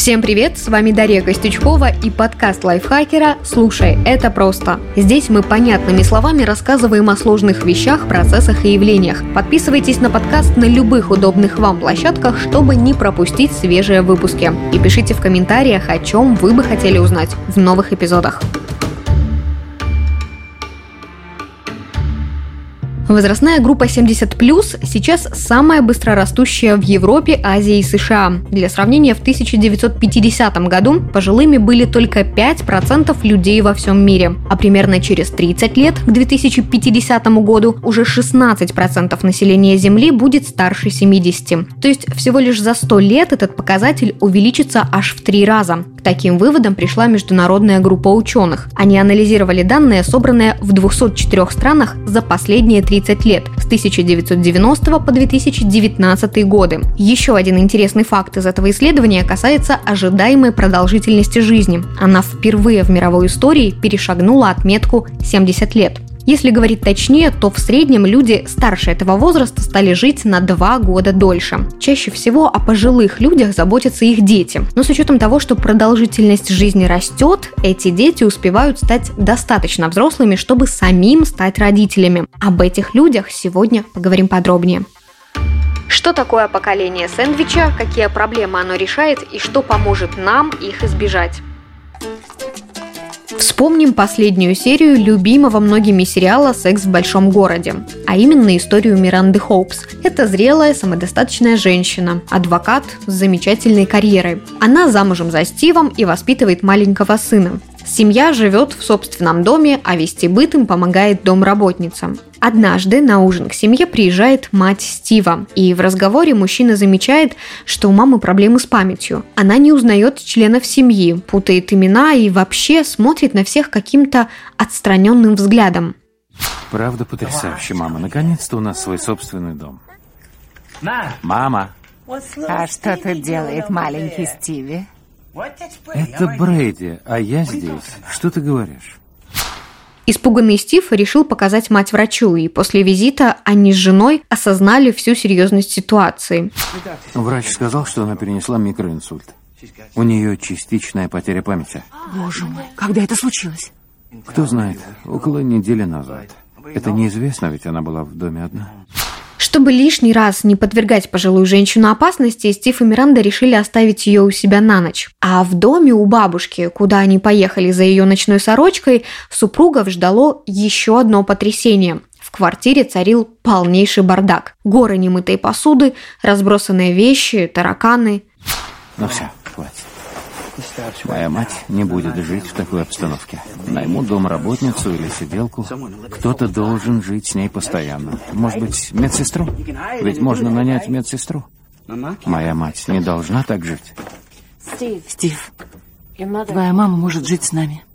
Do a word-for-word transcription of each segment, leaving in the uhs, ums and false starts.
Всем привет, с вами Дарья Костючкова и подкаст лайфхакера «Слушай, это просто». Здесь мы понятными словами рассказываем о сложных вещах, процессах и явлениях. Подписывайтесь на подкаст на любых удобных вам площадках, чтобы не пропустить свежие выпуски. И пишите в комментариях, о чем вы бы хотели узнать в новых эпизодах. Возрастная группа семьдесят плюс сейчас самая быстрорастущая в Европе, Азии и США. Для сравнения, в тысяча девятьсот пятидесятом году пожилыми были только пять процентов людей во всем мире, а примерно через тридцать лет, к две тысячи пятидесятому году, уже шестнадцать процентов населения Земли будет старше семидесяти. То есть всего лишь за сто лет этот показатель увеличится аж в три раза. К таким выводам пришла международная группа ученых. Они анализировали данные, собранные в двухстах четырёх странах за последние тридцать лет, с тысяча девятьсот девяностого по две тысячи девятнадцатый годы. Еще один интересный факт из этого исследования касается ожидаемой продолжительности жизни. Она впервые в мировой истории перешагнула отметку семьдесят лет. Если говорить точнее, то в среднем люди старше этого возраста стали жить на два года дольше. Чаще всего о пожилых людях заботятся их дети. Но с учетом того, что продолжительность жизни растет, эти дети успевают стать достаточно взрослыми, чтобы самим стать родителями. Об этих людях сегодня поговорим подробнее. Что такое поколение сэндвича, какие проблемы оно решает и что поможет нам их избежать? Вспомним последнюю серию любимого многими сериала «Секс в большом городе», а именно историю Миранды Хоупс. Это зрелая, самодостаточная женщина, адвокат с замечательной карьерой. Она замужем за Стивом и воспитывает маленького сына. Семья живет в собственном доме, а вести быт им помогает домработница. Однажды на ужин к семье приезжает мать Стива, и в разговоре мужчина замечает, что у мамы проблемы с памятью. Она не узнает членов семьи, путает имена и вообще смотрит на всех каким-то отстраненным взглядом. Правда потрясающе, мама. Наконец-то у нас свой собственный дом. Мама! А что тут делает маленький Стиви? Это Брейди, а я здесь. Что ты говоришь? Испуганный Стив решил показать мать врачу, и после визита они с женой осознали всю серьезность ситуации. Врач сказал, что она перенесла микроинсульт. У нее частичная потеря памяти. Боже мой, когда это случилось? Кто знает, около недели назад. Это неизвестно, ведь она была в доме одна. Чтобы лишний раз не подвергать пожилую женщину опасности, Стив и Миранда решили оставить ее у себя на ночь. А в доме у бабушки, куда они поехали за ее ночной сорочкой, супругов ждало еще одно потрясение. В квартире царил полнейший бардак. Горы немытой посуды, разбросанные вещи, тараканы. Ну все, хватит. Моя мать не будет жить в такой обстановке. Найму домработницу или сиделку. Кто-то должен жить с ней постоянно. Может быть, медсестру? Ведь можно нанять медсестру. Моя мать не должна так жить. Стив, твоя мама может жить с нами.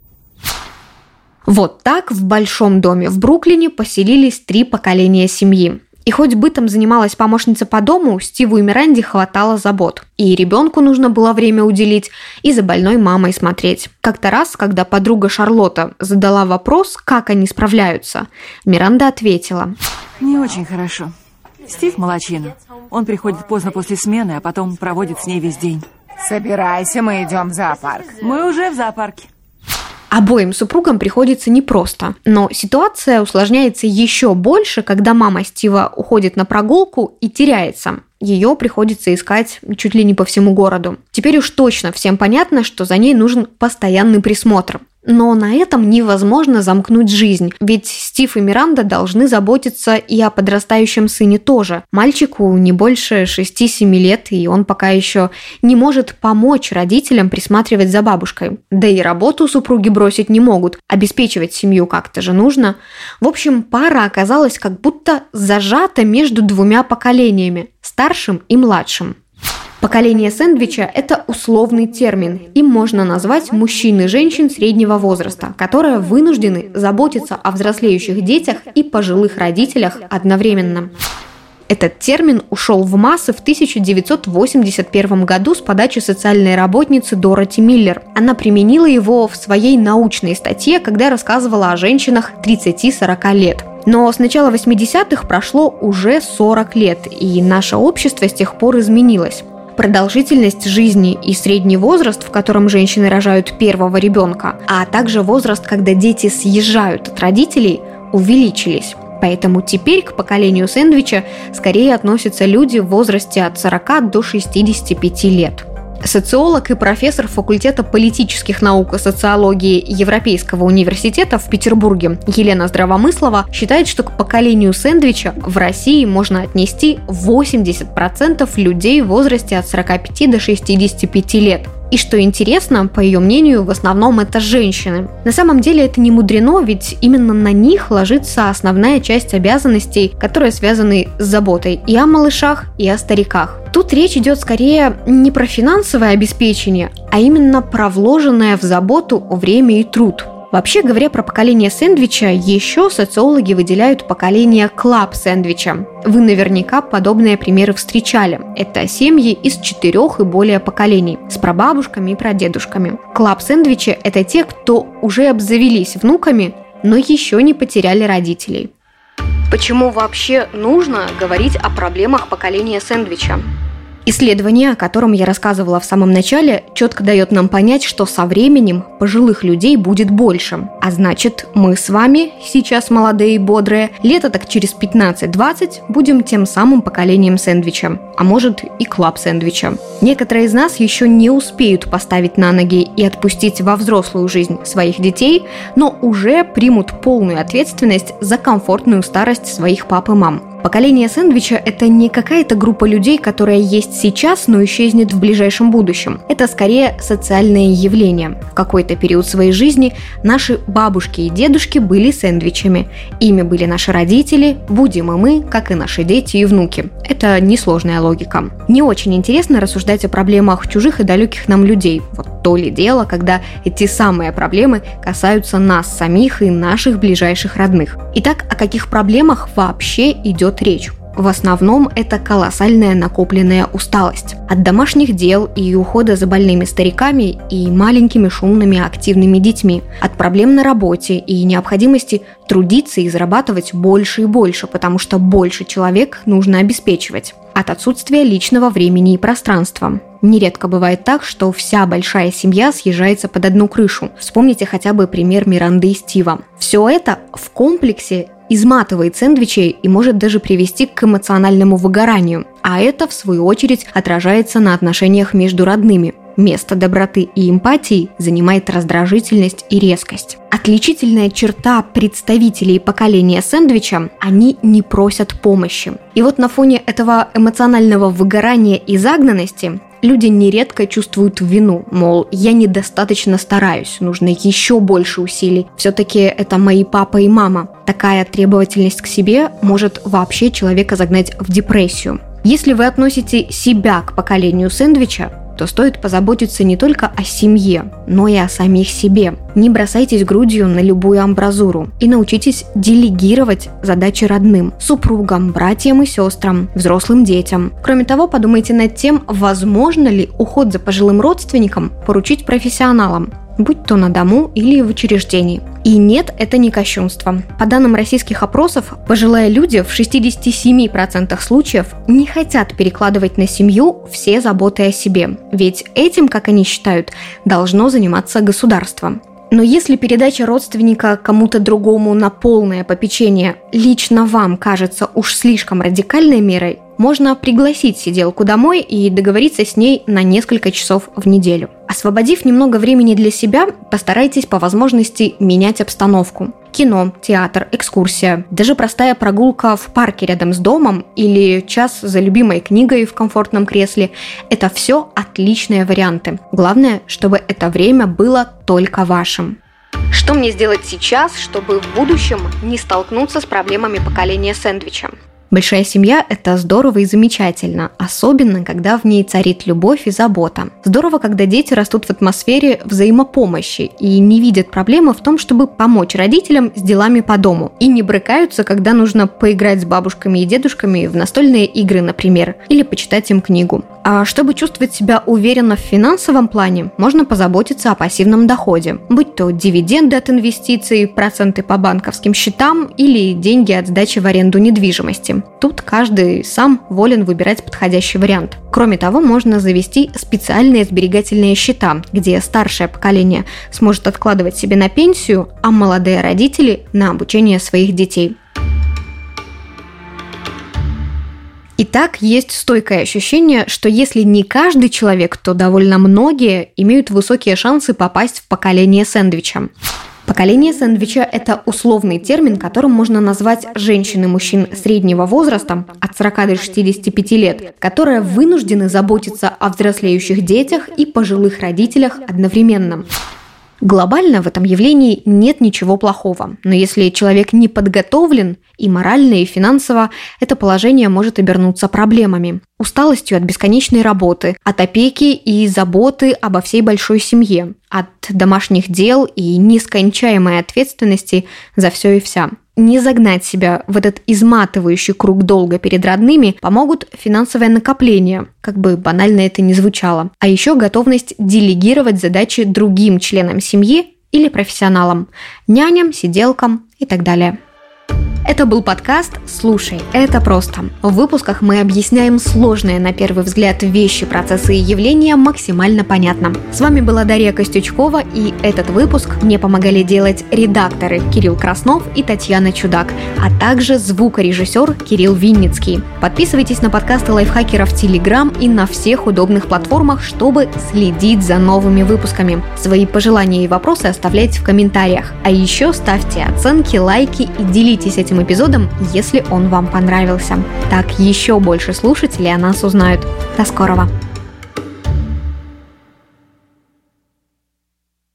Вот так в большом доме в Бруклине поселились три поколения семьи. И хоть бытом занималась помощница по дому, Стиву и Миранде хватало забот. И ребенку нужно было время уделить, и за больной мамой смотреть. Как-то раз, когда подруга Шарлотта задала вопрос, как они справляются, Миранда ответила: Не очень хорошо. Стив молодчина. Он приходит поздно после смены, а потом проводит с ней весь день. Собирайся, мы идем в зоопарк. Мы уже в зоопарке. Обоим супругам приходится непросто, но ситуация усложняется еще больше, когда мама Стива уходит на прогулку и теряется. Ее приходится искать чуть ли не по всему городу. Теперь уж точно всем понятно, что за ней нужен постоянный присмотр. Но на этом невозможно замкнуть жизнь, ведь Стив и Миранда должны заботиться и о подрастающем сыне тоже. Мальчику не больше шести-семи лет, и он пока еще не может помочь родителям присматривать за бабушкой. Да и работу супруги бросить не могут, обеспечивать семью как-то же нужно. В общем, пара оказалась как будто зажата между двумя поколениями – старшим и младшим. Поколение сэндвича – это условный термин. Им можно назвать мужчин и женщин среднего возраста, которые вынуждены заботиться о взрослеющих детях и пожилых родителях одновременно. Этот термин ушел в массы в тысяча девятьсот восемьдесят первом году с подачи социальной работницы Дороти Миллер. Она применила его в своей научной статье, когда рассказывала о женщинах тридцати-сорока лет. Но с начала восьмидесятых прошло уже сорок лет, и наше общество с тех пор изменилось. продолжительность жизни и средний возраст, в котором женщины рожают первого ребенка, а также возраст, когда дети съезжают от родителей, увеличились. Поэтому теперь к поколению сэндвича скорее относятся люди в возрасте от сорока до шестидесяти пяти лет. Социолог и профессор факультета политических наук и социологии Европейского университета в Петербурге Елена Здравомыслова считает, что к поколению сэндвича в России можно отнести восемьдесят процентов людей в возрасте от сорока пяти до шестидесяти пяти лет. И что интересно, по ее мнению, в основном это женщины. На самом деле это не мудрено, ведь именно на них ложится основная часть обязанностей, которые связаны с заботой и о малышах, и о стариках. Тут речь идет скорее не про финансовое обеспечение, а именно про вложенное в заботу время и труд. Вообще говоря про поколение сэндвича, еще социологи выделяют поколение клаб-сэндвича. Вы наверняка подобные примеры встречали. Это семьи из четырех и более поколений, с прабабушками и прадедушками. Клаб-сэндвичи – это те, кто уже обзавелись внуками, но еще не потеряли родителей. Почему вообще нужно говорить о проблемах поколения сэндвича? Исследование, о котором я рассказывала в самом начале, четко дает нам понять, что со временем пожилых людей будет больше. А значит, мы с вами, сейчас молодые и бодрые, лето так через пятнадцать-двадцать будем тем самым поколением сэндвича. А может и клаб-сэндвича. Некоторые из нас еще не успеют поставить на ноги и отпустить во взрослую жизнь своих детей, но уже примут полную ответственность за комфортную старость своих пап и мам. Поколение сэндвича – это не какая-то группа людей, которая есть сейчас, но исчезнет в ближайшем будущем. Это скорее социальное явление. В какой-то период своей жизни наши бабушки и дедушки были сэндвичами. Ими были наши родители, будем и мы, как и наши дети и внуки. Это несложная логика. Не очень интересно рассуждать о проблемах чужих и далеких нам людей. Вот то ли дело, когда эти самые проблемы касаются нас самих и наших ближайших родных. Итак, о каких проблемах вообще идет речь? В основном это колоссальная накопленная усталость от домашних дел и ухода за больными стариками и маленькими шумными активными детьми, от проблем на работе и необходимости трудиться и зарабатывать больше и больше, потому что больше человек нужно обеспечивать, от отсутствия личного времени и пространства. Нередко бывает так, что вся большая семья съезжается под одну крышу. Вспомните хотя бы пример Миранды и Стива. Все это в комплексе изматывает сэндвичей и может даже привести к эмоциональному выгоранию. А это, в свою очередь, отражается на отношениях между родными. Место доброты и эмпатии занимает раздражительность и резкость. Отличительная черта представителей поколения сэндвича – они не просят помощи. И вот на фоне этого эмоционального выгорания и загнанности люди нередко чувствуют вину, мол, я недостаточно стараюсь, нужно еще больше усилий. Все-таки это мои папа и мама. Такая требовательность к себе может вообще человека загнать в депрессию. Если вы относите себя к поколению сэндвича, то стоит позаботиться не только о семье, но и о самих себе. Не бросайтесь грудью на любую амбразуру и научитесь делегировать задачи родным, супругам, братьям и сестрам, взрослым детям. Кроме того, подумайте над тем, возможно ли уход за пожилым родственником поручить профессионалам, будь то на дому или в учреждении. И нет, это не кощунство. По данным российских опросов, пожилые люди в шестидесяти семи процентах случаев не хотят перекладывать на семью все заботы о себе. Ведь этим, как они считают, должно заниматься государство. Но если передача родственника кому-то другому на полное попечение лично вам кажется уж слишком радикальной мерой, можно пригласить сиделку домой и договориться с ней на несколько часов в неделю. Освободив немного времени для себя, постарайтесь по возможности менять обстановку. Кино, театр, экскурсия, даже простая прогулка в парке рядом с домом или час за любимой книгой в комфортном кресле – это все отличные варианты. Главное, чтобы это время было только вашим. Что мне сделать сейчас, чтобы в будущем не столкнуться с проблемами поколения сэндвича? Большая семья – это здорово и замечательно, особенно когда в ней царит любовь и забота. Здорово, когда дети растут в атмосфере взаимопомощи и не видят проблемы в том, чтобы помочь родителям с делами по дому. И не брыкаются, когда нужно поиграть с бабушками и дедушками в настольные игры, например, или почитать им книгу. А чтобы чувствовать себя уверенно в финансовом плане, можно позаботиться о пассивном доходе, будь то дивиденды от инвестиций, проценты по банковским счетам или деньги от сдачи в аренду недвижимости. пенсию. Тут каждый сам волен выбирать подходящий вариант. Кроме того, можно завести специальные сберегательные счета, где старшее поколение сможет откладывать себе на пенсию, а молодые родители – на обучение своих детей. Итак, есть стойкое ощущение, что если не каждый человек, то довольно многие имеют высокие шансы попасть в поколение сэндвича. Поколение сэндвича – это условный термин, которым можно назвать женщин и мужчин среднего возраста, от сорока до шестидесяти пяти лет, которые вынуждены заботиться о взрослеющих детях и пожилых родителях одновременно. Глобально в этом явлении нет ничего плохого, но если человек не подготовлен и морально, и финансово, это положение может обернуться проблемами. Усталостью от бесконечной работы, от опеки и заботы обо всей большой семье, от домашних дел и нескончаемой ответственности за все и вся. Не загнать себя в этот изматывающий круг долга перед родными помогут финансовое накопление, как бы банально это ни звучало, а еще готовность делегировать задачи другим членам семьи или профессионалам, няням, сиделкам и так далее. Это был подкаст «Слушай, это просто». В выпусках мы объясняем сложные, на первый взгляд, вещи, процессы и явления максимально понятно. С вами была Дарья Костючкова, и этот выпуск мне помогали делать редакторы Кирилл Краснов и Татьяна Чудак, а также звукорежиссер Кирилл Винницкий. Подписывайтесь на подкасты лайфхакеров в Телеграм и на всех удобных платформах, чтобы следить за новыми выпусками. Свои пожелания и вопросы оставляйте в комментариях. А еще ставьте оценки, лайки и делитесь этим эпизодом, если он вам понравился. Так еще больше слушателей о нас узнают. До скорого!